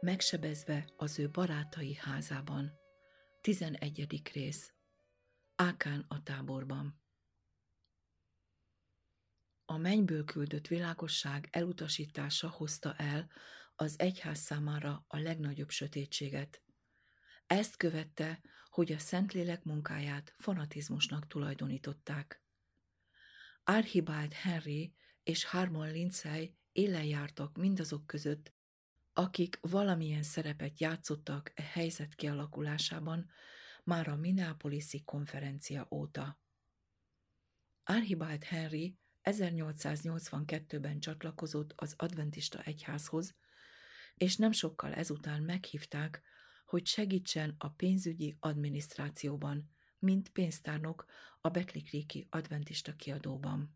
Megsebezve az ő barátai házában. 11. rész. Ákán a táborban. A mennyből küldött világosság elutasítása hozta el az egyház számára a legnagyobb sötétséget. Ezt követte, hogy a Szentlélek munkáját fanatizmusnak tulajdonították. Archibald Henry és Harmon Lindsay élen jártak mindazok között, akik valamilyen szerepet játszottak e helyzet kialakulásában már a Minneapolis-i konferencia óta. Archibald Henry 1882-ben csatlakozott az adventista egyházhoz, és nem sokkal ezután meghívták, hogy segítsen a pénzügyi adminisztrációban, mint pénztárnok a Battle Creek-i adventista kiadóban.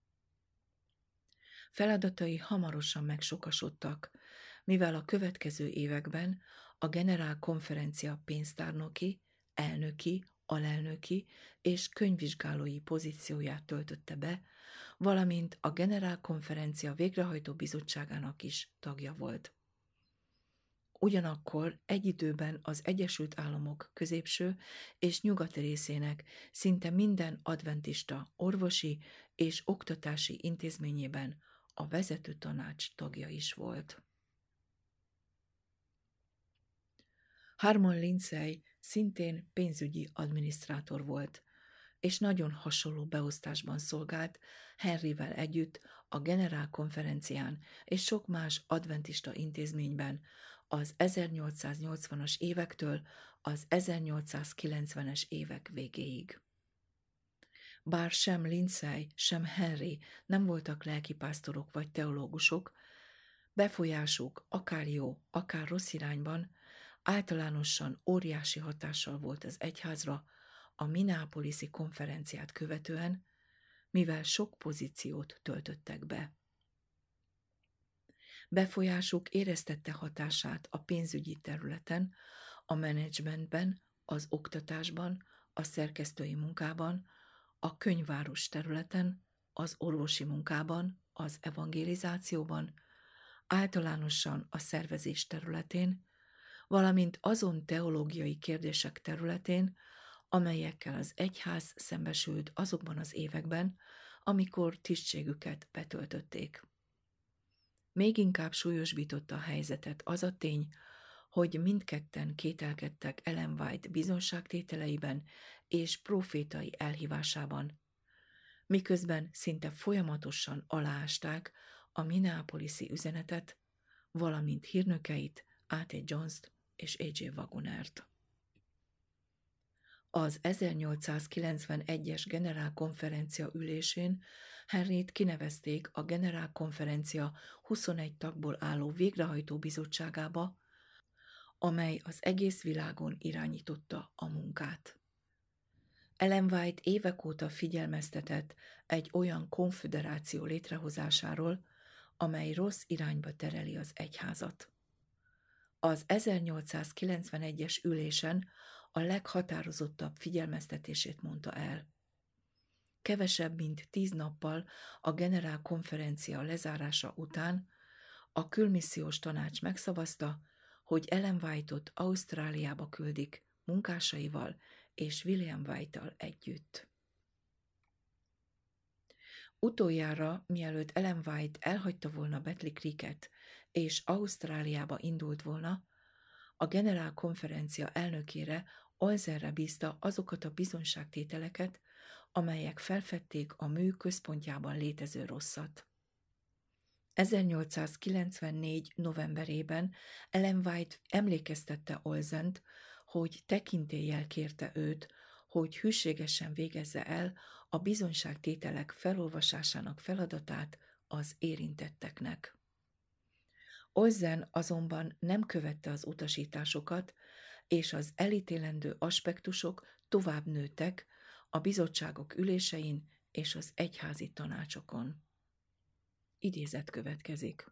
Feladatai hamarosan megsokasodtak, mivel a következő években a generálkonferencia pénztárnoki, elnöki, alelnöki és könyvvizsgálói pozícióját töltötte be, valamint a generálkonferencia végrehajtó bizottságának is tagja volt. Ugyanakkor egy időben az Egyesült Államok középső és nyugati részének szinte minden adventista orvosi és oktatási intézményében a vezető tanács tagja is volt. Harmon Lindsay szintén pénzügyi adminisztrátor volt, és nagyon hasonló beosztásban szolgált Henryvel együtt a generálkonferencián és sok más adventista intézményben az 1880-as évektől az 1890-es évek végéig. Bár sem Lindsay, sem Henry nem voltak lelkipásztorok vagy teológusok, befolyásuk akár jó, akár rossz irányban általánosan óriási hatással volt az egyházra a Minneapolis-i konferenciát követően, mivel sok pozíciót töltöttek be. Befolyásuk éreztette hatását a pénzügyi területen, a menedzsmentben, az oktatásban, a szerkesztői munkában, a könyvváros területen, az orvosi munkában, az evangelizációban, általánosan a szervezés területén, valamint azon teológiai kérdések területén, amelyekkel az egyház szembesült azokban az években, amikor tisztségüket betöltötték. Még inkább súlyosbította a helyzetet az a tény, hogy mindketten kételkedtek Ellen White bizonságtételeiben és prófétai elhívásában, miközben szinte folyamatosan aláásták a Minneapolis-i üzenetet, valamint hírnökeit, A.T. Jones-t és A.J. Wagonert. Az 1891-es generálkonferencia ülésén Henryt kinevezték a generálkonferencia 21 tagból álló végrehajtó bizottságába, amely az egész világon irányította a munkát. Ellen White évek óta figyelmeztetett egy olyan konföderáció létrehozásáról, amely rossz irányba tereli az egyházat. Az 1891-es ülésen a leghatározottabb figyelmeztetését mondta el. Kevesebb mint 10 nappal a generálkonferencia lezárása után a külmissziós tanács megszavazta, hogy Ellen White-ot Ausztráliába küldik munkásaival és William White-tal együtt. Utoljára, mielőtt Ellen White elhagyta volna Battle Creek-et és Ausztráliába indult volna, a generálkonferencia elnökére, Olzerre bízta azokat a bizonyságtételeket, amelyek felfedték a mű központjában létező rosszat. 1894. novemberében Ellen White emlékeztette Olsent, hogy tekintéllyel kérte őt, hogy hűségesen végezze el a bizonyságtételek felolvasásának feladatát az érintetteknek. Olsen azonban nem követte az utasításokat, és az elítélendő aspektusok tovább nőttek a bizottságok ülésein és az egyházi tanácsokon. Idézet következik.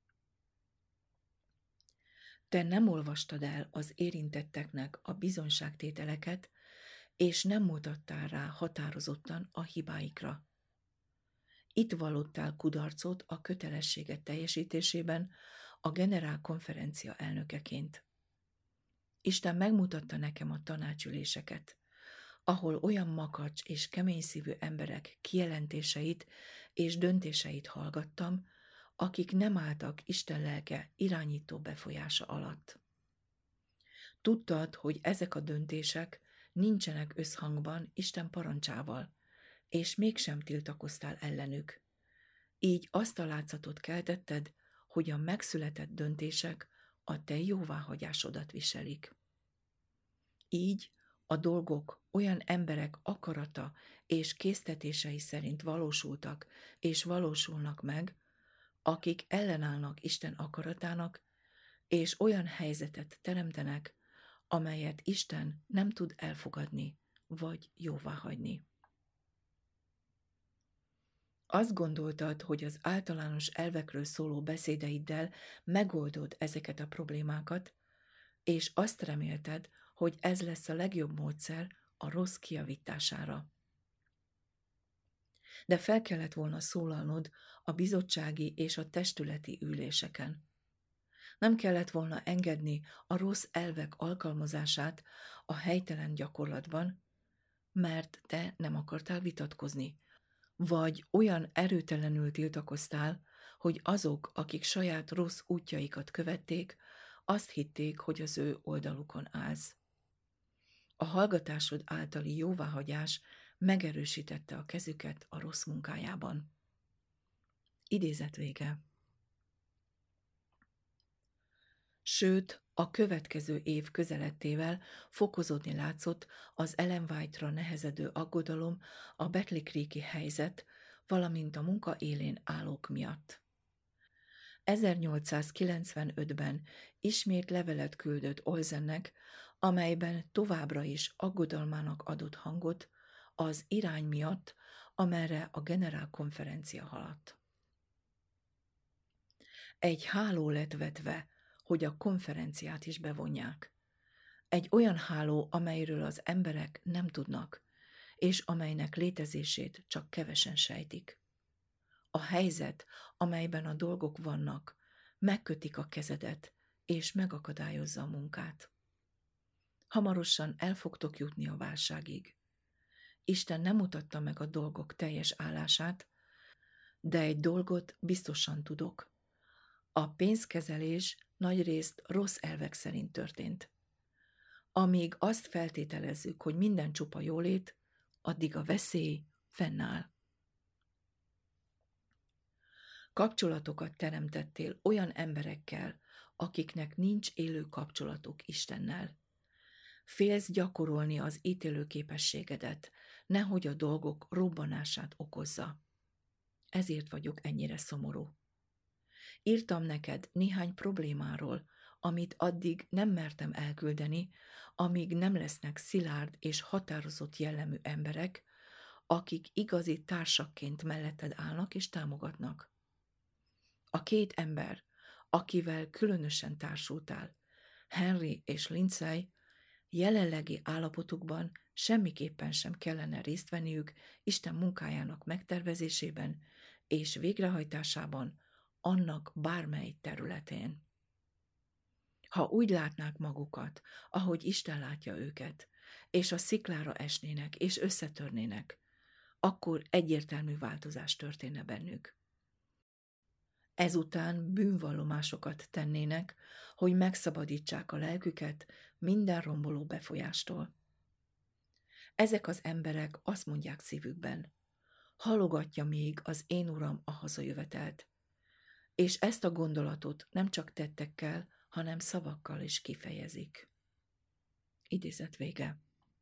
Te nem olvastad el az érintetteknek a bizonyságtételeket, és nem mutattál rá határozottan a hibáikra. Itt vallottál kudarcot a kötelességet teljesítésében, a generálkonferencia elnökeként. Isten megmutatta nekem a tanácsüléseket, ahol olyan makacs és keményszívű emberek kijelentéseit és döntéseit hallgattam, akik nem álltak Isten lelke irányító befolyása alatt. Tudtad, hogy ezek a döntések nincsenek összhangban Isten parancsával, és mégsem tiltakoztál ellenük. Így azt a látszatot keltetted, hogy a megszületett döntések a te jóváhagyásodat viselik. Így a dolgok olyan emberek akarata és késztetései szerint valósultak és valósulnak meg, akik ellenállnak Isten akaratának, és olyan helyzetet teremtenek, amelyet Isten nem tud elfogadni vagy jóváhagyni. Azt gondoltad, hogy az általános elvekről szóló beszédeiddel megoldod ezeket a problémákat, és azt remélted, hogy ez lesz a legjobb módszer a rossz kijavítására. De fel kellett volna szólalnod a bizottsági és a testületi üléseken. Nem kellett volna engedni a rossz elvek alkalmazását a helytelen gyakorlatban, mert te nem akartál vitatkozni, vagy olyan erőtelenül tiltakoztál, hogy azok, akik saját rossz útjaikat követték, azt hitték, hogy az ő oldalukon állsz. A hallgatásod általi jóváhagyás megerősítette a kezüket a rossz munkájában. Idézet vége. Sőt, a következő év közelettével fokozódni látszott az Ellen White-ra nehezedő aggodalom a Battle Creek-i helyzet, valamint a munka élén állók miatt. 1895-ben ismét levelet küldött Olsennek, amelyben továbbra is aggodalmának adott hangot az irány miatt, amerre a generálkonferencia haladt. Egy háló lett vetve, hogy a konferenciát is bevonják. Egy olyan háló, amelyről az emberek nem tudnak, és amelynek létezését csak kevesen sejtik. A helyzet, amelyben a dolgok vannak, megkötik a kezedet, és megakadályozza a munkát. Hamarosan el fogtok jutni a válságig. Isten nem mutatta meg a dolgok teljes állását, de egy dolgot biztosan tudok. A pénzkezelés nagyrészt rossz elvek szerint történt. Amíg azt feltételezzük, hogy minden csupa jólét, addig a veszély fennáll. Kapcsolatokat teremtettél olyan emberekkel, akiknek nincs élő kapcsolatuk Istennel. Félsz gyakorolni az ítélőképességedet, nehogy a dolgok robbanását okozza. Ezért vagyok ennyire szomorú. Írtam neked néhány problémáról, amit addig nem mertem elküldeni, amíg nem lesznek szilárd és határozott jellemű emberek, akik igazi társakként melletted állnak és támogatnak. A két ember, akivel különösen társultál, Henry és Lindsay, jelenlegi állapotukban semmiképpen sem kellene részt venniük Isten munkájának megtervezésében és végrehajtásában, annak bármely területén. Ha úgy látnák magukat, ahogy Isten látja őket, és a sziklára esnének és összetörnének, akkor egyértelmű változás történne bennük. Ezután bűnvallomásokat tennének, hogy megszabadítsák a lelküket minden romboló befolyástól. Ezek az emberek azt mondják szívükben, halogatja még az én uram a hazajövetelt, és ezt a gondolatot nem csak tettekkel, hanem szavakkal is kifejezik. Idézet vége.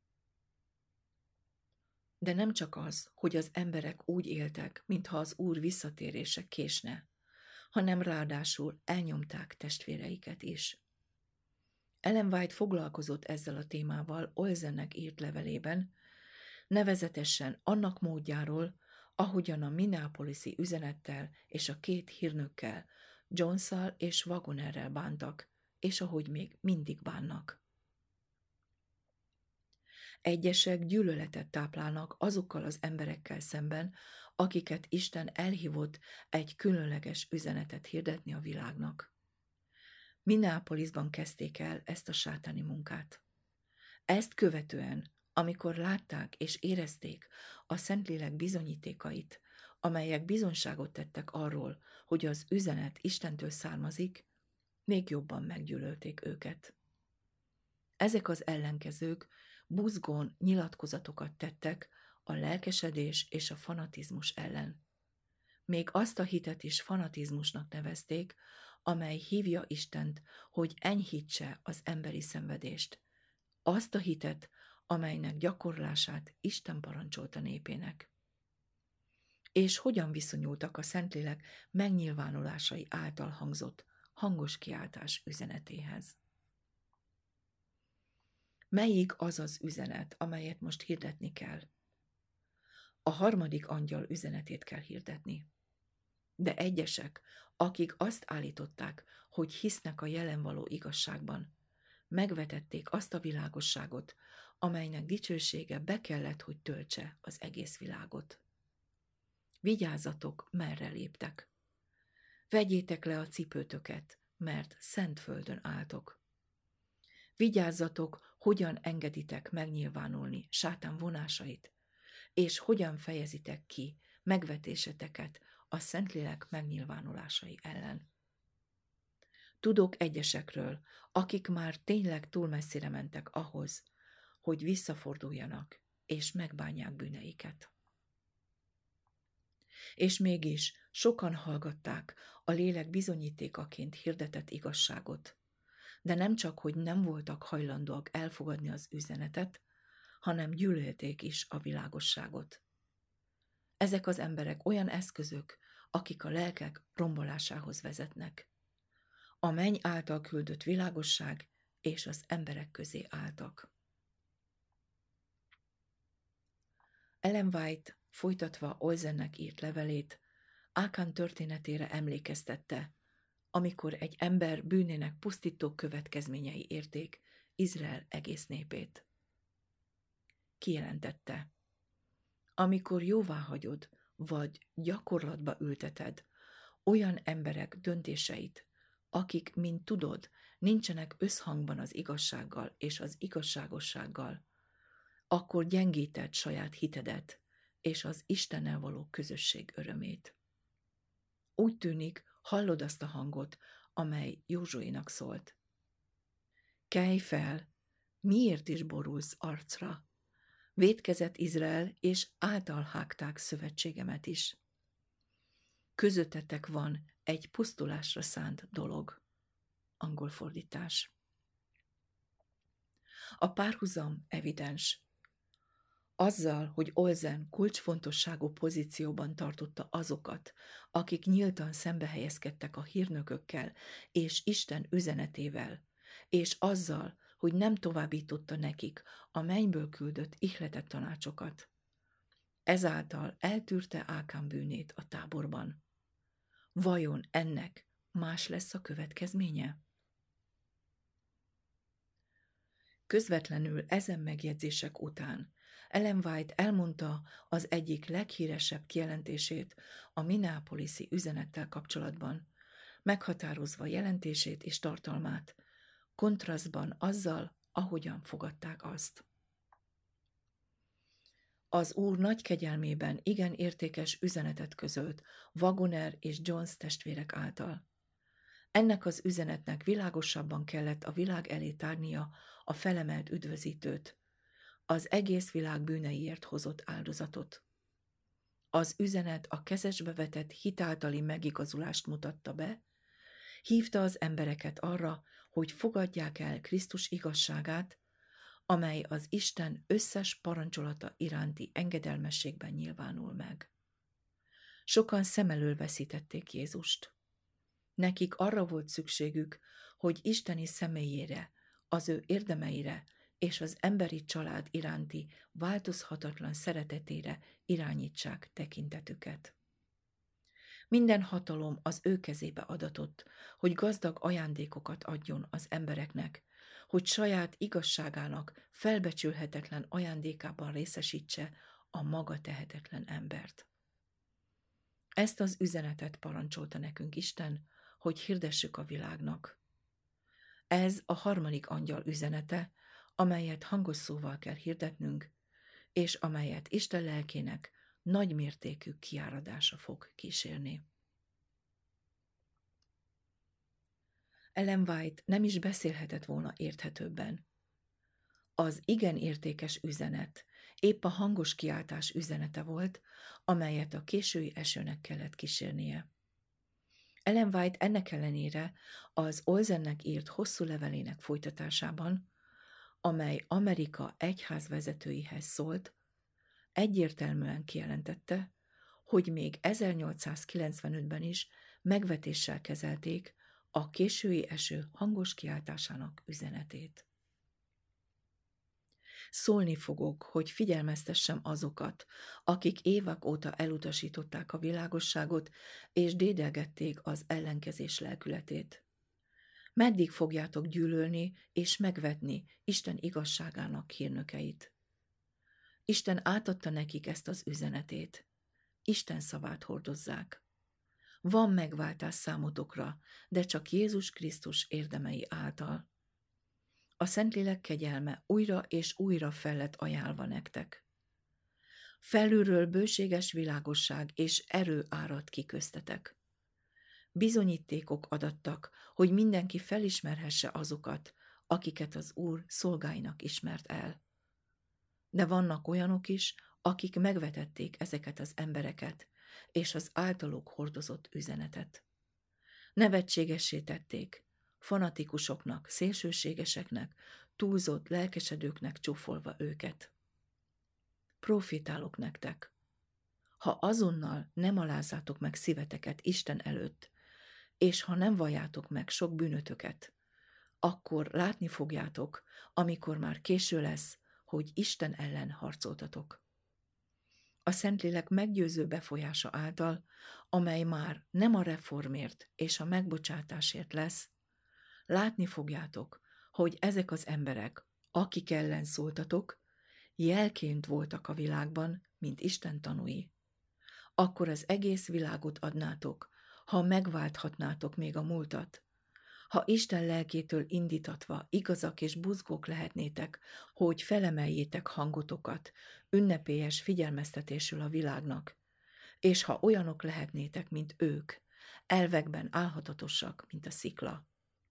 De nem csak az, hogy az emberek úgy éltek, mintha az Úr visszatérése késne, hanem ráadásul elnyomták testvéreiket is. Ellen White foglalkozott ezzel a témával Olsennek írt levelében, nevezetesen annak módjáról, ahogyan a Minneapolis-i üzenettel és a két hírnökkel, Jones-szal és Wagonerrel bántak, és ahogy még mindig bánnak. Egyesek gyűlöletet táplálnak azokkal az emberekkel szemben, akiket Isten elhívott egy különleges üzenetet hirdetni a világnak. Minneapolisban kezdték el ezt a sátáni munkát. Ezt követően, amikor látták és érezték a Szentlélek bizonyítékait, amelyek bizonyságot tettek arról, hogy az üzenet Istentől származik, még jobban meggyűlölték őket. Ezek az ellenkezők buzgón nyilatkozatokat tettek a lelkesedés és a fanatizmus ellen. Még azt a hitet is fanatizmusnak nevezték, amely hívja Istent, hogy enyhítse az emberi szenvedést. Azt a hitet, amelynek gyakorlását Isten parancsolta népének. És hogyan viszonyultak a Szentlélek megnyilvánulásai által hangzott hangos kiáltás üzenetéhez? Melyik az az üzenet, amelyet most hirdetni kell? A harmadik angyal üzenetét kell hirdetni. De egyesek, akik azt állították, hogy hisznek a jelen való igazságban, megvetették azt a világosságot, amelynek dicsősége be kellett, hogy töltse az egész világot. Vigyázzatok, merre léptek. Vegyétek le a cipőtöket, mert szent földön álltok. Vigyázzatok, hogyan engeditek megnyilvánulni sátán vonásait, és hogyan fejezitek ki megvetéseteket a Szentlélek megnyilvánulásai ellen. Tudok egyesekről, akik már tényleg túl messzire mentek ahhoz, hogy visszaforduljanak és megbánják bűneiket. És mégis sokan hallgatták a lélek bizonyítékaként hirdetett igazságot, de nem csak, hogy nem voltak hajlandóak elfogadni az üzenetet, hanem gyűlölték is a világosságot. Ezek az emberek olyan eszközök, akik a lelkek rombolásához vezetnek. A menny által küldött világosság és az emberek közé álltak. Ellen White folytatva Olsennek írt levelét, Ákán történetére emlékeztette, amikor egy ember bűnének pusztító következményei érték Izrael egész népét. Kijelentette: amikor jóváhagyod, vagy gyakorlatba ülteted olyan emberek döntéseit, akik, mint tudod, nincsenek összhangban az igazsággal és az igazságossággal, akkor gyengíted saját hitedet és az Istennel való közösség örömét. Úgy tűnik, hallod azt a hangot, amely Józsuénak szólt. Kelj fel, miért is borulsz arcra? Vétkezett Izrael, és általhágták szövetségemet is. Közöttetek van egy pusztulásra szánt dolog. Angol fordítás. A párhuzam evidens. Azzal, hogy Olsen kulcsfontosságú pozícióban tartotta azokat, akik nyíltan szembehelyezkedtek a hírnökökkel és Isten üzenetével, és azzal, hogy nem továbbította nekik a mennyből küldött ihletett tanácsokat. Ezáltal eltűrte Ákán bűnét a táborban. Vajon ennek más lesz a következménye? Közvetlenül ezen megjegyzések után Ellen White elmondta az egyik leghíresebb kijelentését a minneapolisi üzenettel kapcsolatban, meghatározva jelentését és tartalmát, kontrasztban azzal, ahogyan fogadták azt. Az Úr nagy kegyelmében igen értékes üzenetet közölt Wagoner és Jones testvérek által. Ennek az üzenetnek világosabban kellett a világ elé tárnia a felemelt üdvözítőt, az egész világ bűneiért hozott áldozatot. Az üzenet a kezesbe vetett hitáltali megigazulást mutatta be, hívta az embereket arra, hogy fogadják el Krisztus igazságát, amely az Isten összes parancsolata iránti engedelmességben nyilvánul meg. Sokan szem elől veszítették Jézust. Nekik arra volt szükségük, hogy isteni személyére, az ő érdemeire és az emberi család iránti változhatatlan szeretetére irányítsák tekintetüket. Minden hatalom az ő kezébe adatott, hogy gazdag ajándékokat adjon az embereknek, hogy saját igazságának felbecsülhetetlen ajándékában részesítse a maga tehetetlen embert. Ezt az üzenetet parancsolta nekünk Isten, hogy hirdessük a világnak. Ez a harmadik angyal üzenete, amelyet hangos szóval kell hirdetnünk, és amelyet Isten lelkének nagy mértékű kiáradása fog kísérni. Ellen White nem is beszélhetett volna érthetőbben. Az igen értékes üzenet épp a hangos kiáltás üzenete volt, amelyet a késői esőnek kellett kísérnie. Ellen White ennek ellenére az Olsennek írt hosszú levelének folytatásában, amely Amerika egyházvezetőihez szólt, egyértelműen kijelentette, hogy még 1895-ben is megvetéssel kezelték a késői eső hangos kiáltásának üzenetét. Szólni fogok, hogy figyelmeztessem azokat, akik évek óta elutasították a világosságot, és dédelgették az ellenkezés lelkületét. Meddig fogjátok gyűlölni és megvetni Isten igazságának hírnökeit? Isten átadta nekik ezt az üzenetét. Isten szavát hordozzák. Van megváltás számotokra, de csak Jézus Krisztus érdemei által. A Szentlélek kegyelme újra és újra fel lett ajánlva nektek. Felülről bőséges világosság és erő árad ki köztetek. Bizonyítékok adattak, hogy mindenki felismerhesse azokat, akiket az Úr szolgáinak ismert el. De vannak olyanok is, akik megvetették ezeket az embereket, és az általuk hordozott üzenetet. Nevetségessé tették, fanatikusoknak, szélsőségeseknek, túlzott lelkesedőknek csúfolva őket. Profétálok nektek, ha azonnal nem alázátok meg szíveteket Isten előtt, és ha nem valljátok meg sok bűnötöket, akkor látni fogjátok, amikor már késő lesz, hogy Isten ellen harcoltatok. A Szentlélek meggyőző befolyása által, amely már nem a reformért és a megbocsátásért lesz, látni fogjátok, hogy ezek az emberek, akik ellen szóltatok, jelként voltak a világban, mint Isten tanúi. Akkor az egész világot adnátok, ha megválthatnátok még a múltat. Ha Isten lelkétől indítatva igazak és buzgók lehetnétek, hogy felemeljétek hangotokat ünnepélyes figyelmeztetésül a világnak, és ha olyanok lehetnétek, mint ők, elvekben álhatatosak, mint a szikla.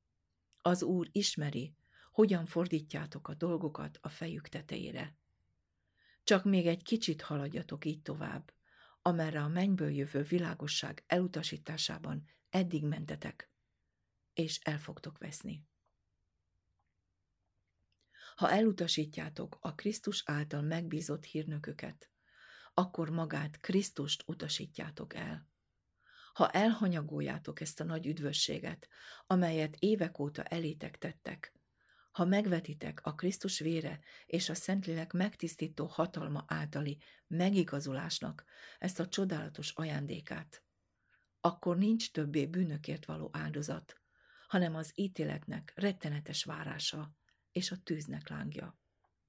Az Úr ismeri, hogyan fordítjátok a dolgokat a fejük tetejére. Csak még egy kicsit haladjatok így tovább, amerre a mennyből jövő világosság elutasításában eddig mentetek, és el fogtok veszni. Ha elutasítjátok a Krisztus által megbízott hírnököket, akkor magát Krisztust utasítjátok el. Ha elhanyagoljátok ezt a nagy üdvösséget, amelyet évek óta elétek tettek, ha megvetitek a Krisztus vére és a Szentlélek megtisztító hatalma általi megigazulásnak ezt a csodálatos ajándékát, akkor nincs többé bűnökért való áldozat, hanem az ítéletnek rettenetes várása és a tűznek lángja.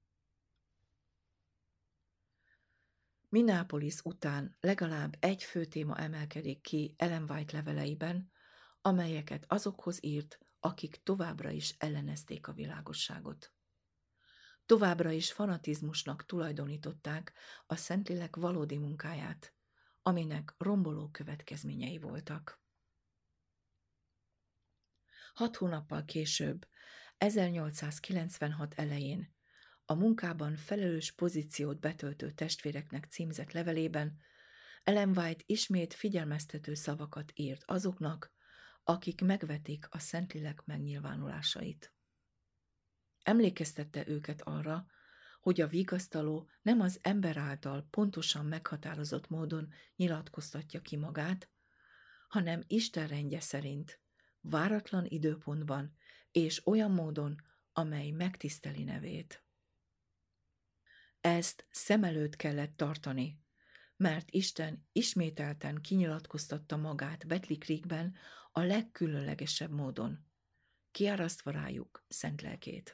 Minneapolis után legalább egy fő téma emelkedik ki Ellen White leveleiben, amelyeket azokhoz írt, akik továbbra is ellenezték a világosságot. Továbbra is fanatizmusnak tulajdonították a Szentlélek valódi munkáját, aminek romboló következményei voltak. 6 hónappal később, 1896 elején a munkában felelős pozíciót betöltő testvéreknek címzett levelében Ellen White ismét figyelmeztető szavakat írt azoknak, akik megvetik a Szentlélek megnyilvánulásait. Emlékeztette őket arra, hogy a vigasztaló nem az ember által pontosan meghatározott módon nyilatkoztatja ki magát, hanem Isten rendje szerint, váratlan időpontban és olyan módon, amely megtiszteli nevét. Ezt szem előtt kellett tartani, mert Isten ismételten kinyilatkoztatta magát Battle Creekben a legkülönlegesebb módon, kiárasztva rájuk szent lelkét.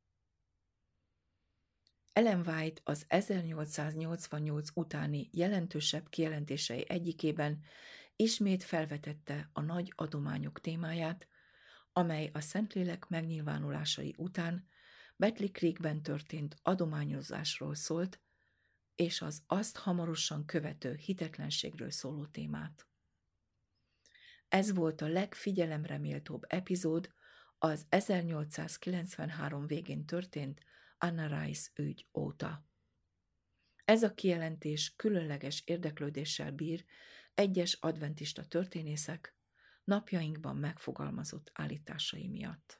Ellen White az 1888 utáni jelentősebb kijelentései egyikében ismét felvetette a nagy adományok témáját, amely a Szentlélek megnyilvánulásai után Battle Creekben történt adományozásról szólt, és az azt hamarosan követő hitetlenségről szóló témát. Ez volt a legfigyelemre méltóbb epizód az 1893 végén történt Anna Rice ügy óta. Ez a kijelentés különleges érdeklődéssel bír egyes adventista történészek napjainkban megfogalmazott állításai miatt.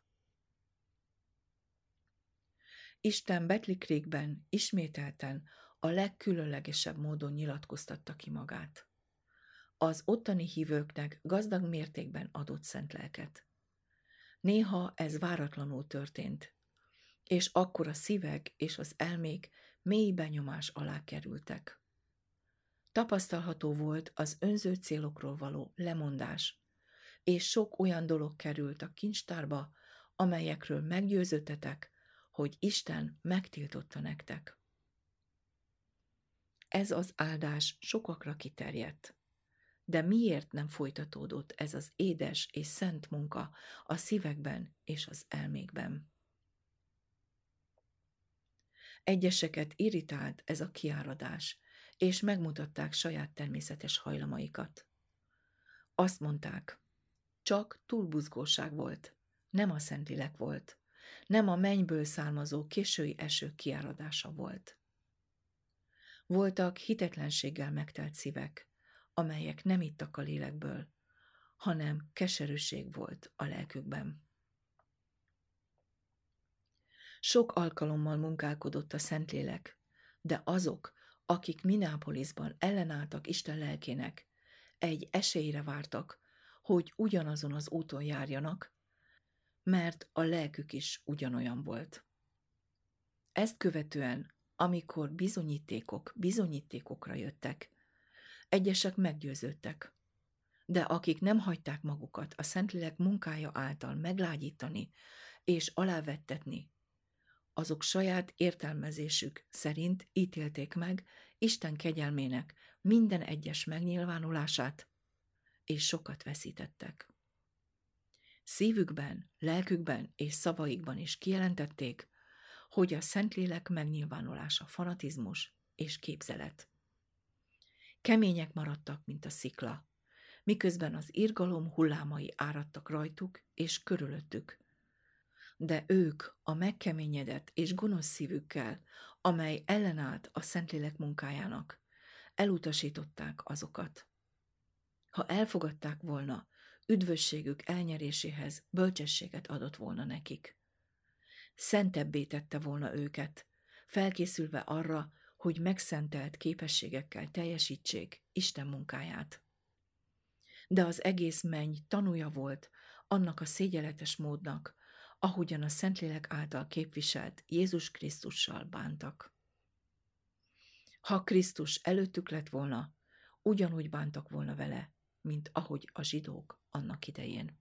Isten Battle Creekben ismételten a legkülönlegesebb módon nyilatkoztatta ki magát. Az ottani hívőknek gazdag mértékben adott szent lelket. Néha ez váratlanul történt, és akkor a szívek és az elmék mély benyomás alá kerültek. Tapasztalható volt az önző célokról való lemondás, és sok olyan dolog került a kincstárba, amelyekről meggyőződtetek, hogy Isten megtiltotta nektek. Ez az áldás sokakra kiterjedt. De miért nem folytatódott ez az édes és szent munka a szívekben és az elmékben? Egyeseket irritált ez a kiáradás, és megmutatták saját természetes hajlamaikat. Azt mondták, csak túlbuzgóság volt, nem a Szentlélek volt, nem a mennyből származó késői eső kiáradása volt. Voltak hitetlenséggel megtelt szívek, amelyek nem ittak a lélekből, hanem keserűség volt a lelkükben. Sok alkalommal munkálkodott a Szentlélek, de azok, akik Minneapolisban ellenálltak Isten lelkének, egy esélyre vártak, hogy ugyanazon az úton járjanak, mert a lelkük is ugyanolyan volt. Ezt követően, amikor bizonyítékokra jöttek, egyesek meggyőződtek, de akik nem hagyták magukat a Szentlélek munkája által meglágyítani és alávettetni, azok saját értelmezésük szerint ítélték meg Isten kegyelmének minden egyes megnyilvánulását, és sokat veszítettek. Szívükben, lelkükben és szavaikban is kijelentették, hogy a Szentlélek megnyilvánulása fanatizmus és képzelet. Kemények maradtak, mint a szikla, miközben az irgalom hullámai áradtak rajtuk és körülöttük. De ők a megkeményedett és gonosz szívükkel, amely ellenállt a Szentlélek munkájának, elutasították azokat. Ha elfogadták volna, üdvösségük elnyeréséhez bölcsességet adott volna nekik. Szentebbé tette volna őket, felkészülve arra, hogy megszentelt képességekkel teljesítsék Isten munkáját. De az egész menny tanúja volt annak a szégyenletes módnak, ahogyan a Szentlélek által képviselt Jézus Krisztussal bántak. Ha Krisztus előttük lett volna, ugyanúgy bántak volna vele, mint ahogy a zsidók annak idején.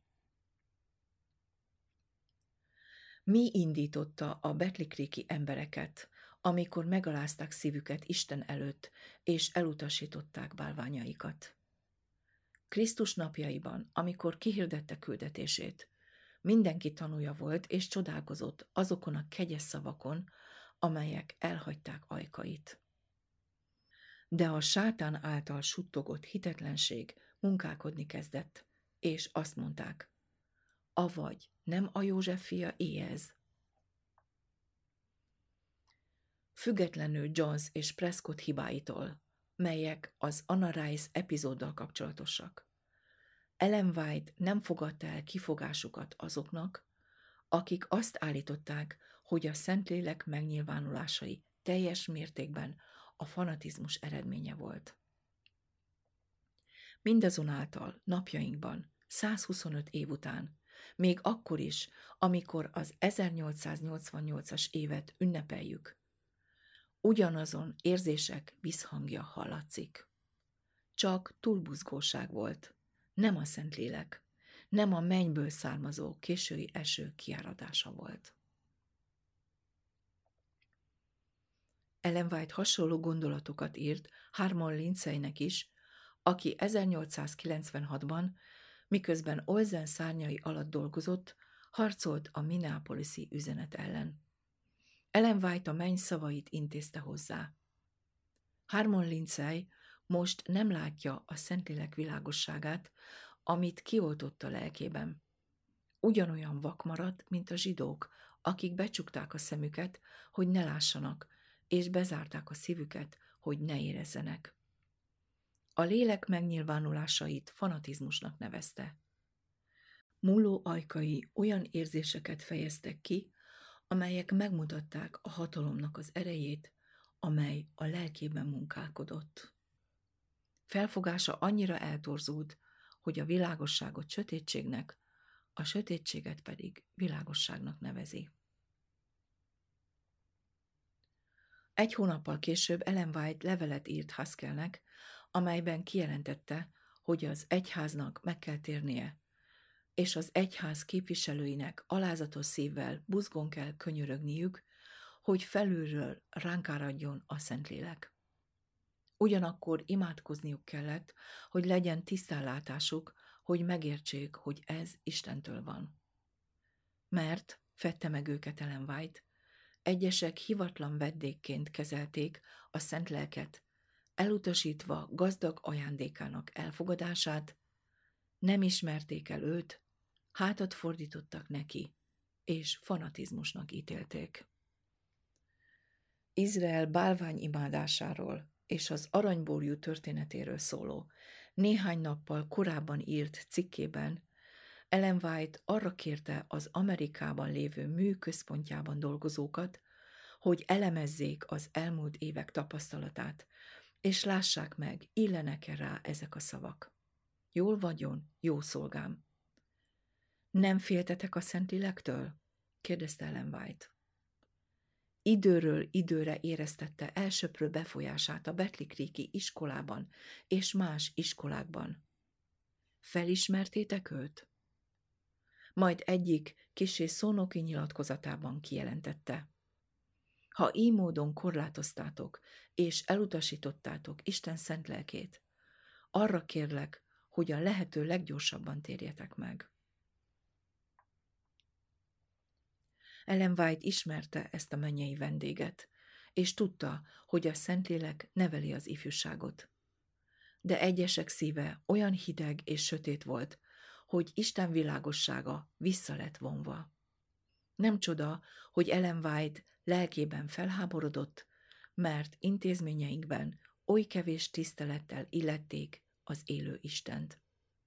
Mi indította a Battle Creek-i embereket, amikor megalázták szívüket Isten előtt, és elutasították bálványaikat? Krisztus napjaiban, amikor kihirdette küldetését, mindenki tanúja volt és csodálkozott azokon a kegyes szavakon, amelyek elhagyták ajkait. De a sátán által suttogott hitetlenség munkálkodni kezdett, és azt mondták, avagy nem a József fia éhez. Függetlenül Jones és Prescott hibáitól, melyek az Anna Rice epizóddal kapcsolatosak, Ellen White nem fogadta el kifogásukat azoknak, akik azt állították, hogy a Szentlélek megnyilvánulásai teljes mértékben a fanatizmus eredménye volt. Mindazonáltal napjainkban, 125 év után, még akkor is, amikor az 1888-as évet ünnepeljük, ugyanazon érzések visszhangja hallatszik. Csak túlbuzgóság volt, nem a Szentlélek, nem a mennyből származó késői eső kiáradása volt. Ellen White hasonló gondolatokat írt Harmon Lindsaynek is, aki 1896-ban Miközben Olsen szárnyai alatt dolgozott, harcolt a Minneapolisi üzenet ellen. Ellen White a menny szavait intézte hozzá. Harmon Lindsay most nem látja a Szentlélek világosságát, amit kioltott a lelkében. Ugyanolyan vak maradt, mint a zsidók, akik becsukták a szemüket, hogy ne lássanak, és bezárták a szívüket, hogy ne érezzenek. A lélek megnyilvánulásait fanatizmusnak nevezte. Múló ajkai olyan érzéseket fejeztek ki, amelyek megmutatták a hatalomnak az erejét, amely a lelkében munkálkodott. Felfogása annyira eltorzult, hogy a világosságot sötétségnek, a sötétséget pedig világosságnak nevezi. Egy hónappal később Ellen White levelet írt Haskellnek, amelyben kijelentette, hogy az egyháznak meg kell térnie, és az egyház képviselőinek alázatos szívvel buzgón kell könyörögniük, hogy felülről ránk áradjon a Szentlélek. Ugyanakkor imádkozniuk kellett, hogy legyen tisztánlátásuk, hogy megértsék, hogy ez Istentől van. Mert, fedte meg őket Ellen White, egyesek hivatlan veddékként kezelték a szent lelket, elutasítva gazdag ajándékának elfogadását, nem ismerték el őt, hátat fordítottak neki, és fanatizmusnak ítélték. Izrael bálványimádásáról és az aranyborjú történetéről szóló, néhány nappal korábban írt cikkében Ellen White arra kérte az Amerikában lévő mű központjában dolgozókat, hogy elemezzék az elmúlt évek tapasztalatát, és lássák meg, illenek-e rá ezek a szavak. Jól vagyon, jó szolgám. Nem féltetek a Szentlélektől? Kérdezte Ellen White. Időről időre éreztette elsöprő befolyását a Battle Creek-i iskolában és más iskolákban. Felismertétek őt? Majd egyik kissé szónoki nyilatkozatában kijelentette. Ha így módon korlátoztátok és elutasítottátok Isten szent lelkét, arra kérlek, hogy a lehető leggyorsabban térjetek meg. Ellen White ismerte ezt a mennyei vendéget, és tudta, hogy a Szentlélek neveli az ifjúságot. De egyesek szíve olyan hideg és sötét volt, hogy Isten világossága vissza lett vonva. Nem csoda, hogy Ellen White lelkében felháborodott, mert intézményeinkben oly kevés tisztelettel illették az élő Istent.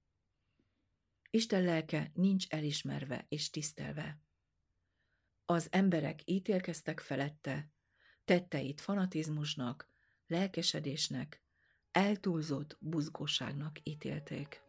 Isten lelke nincs elismerve és tisztelve. Az emberek ítélkeztek felette, tetteit fanatizmusnak, lelkesedésnek, eltúlzott buzgóságnak ítélték.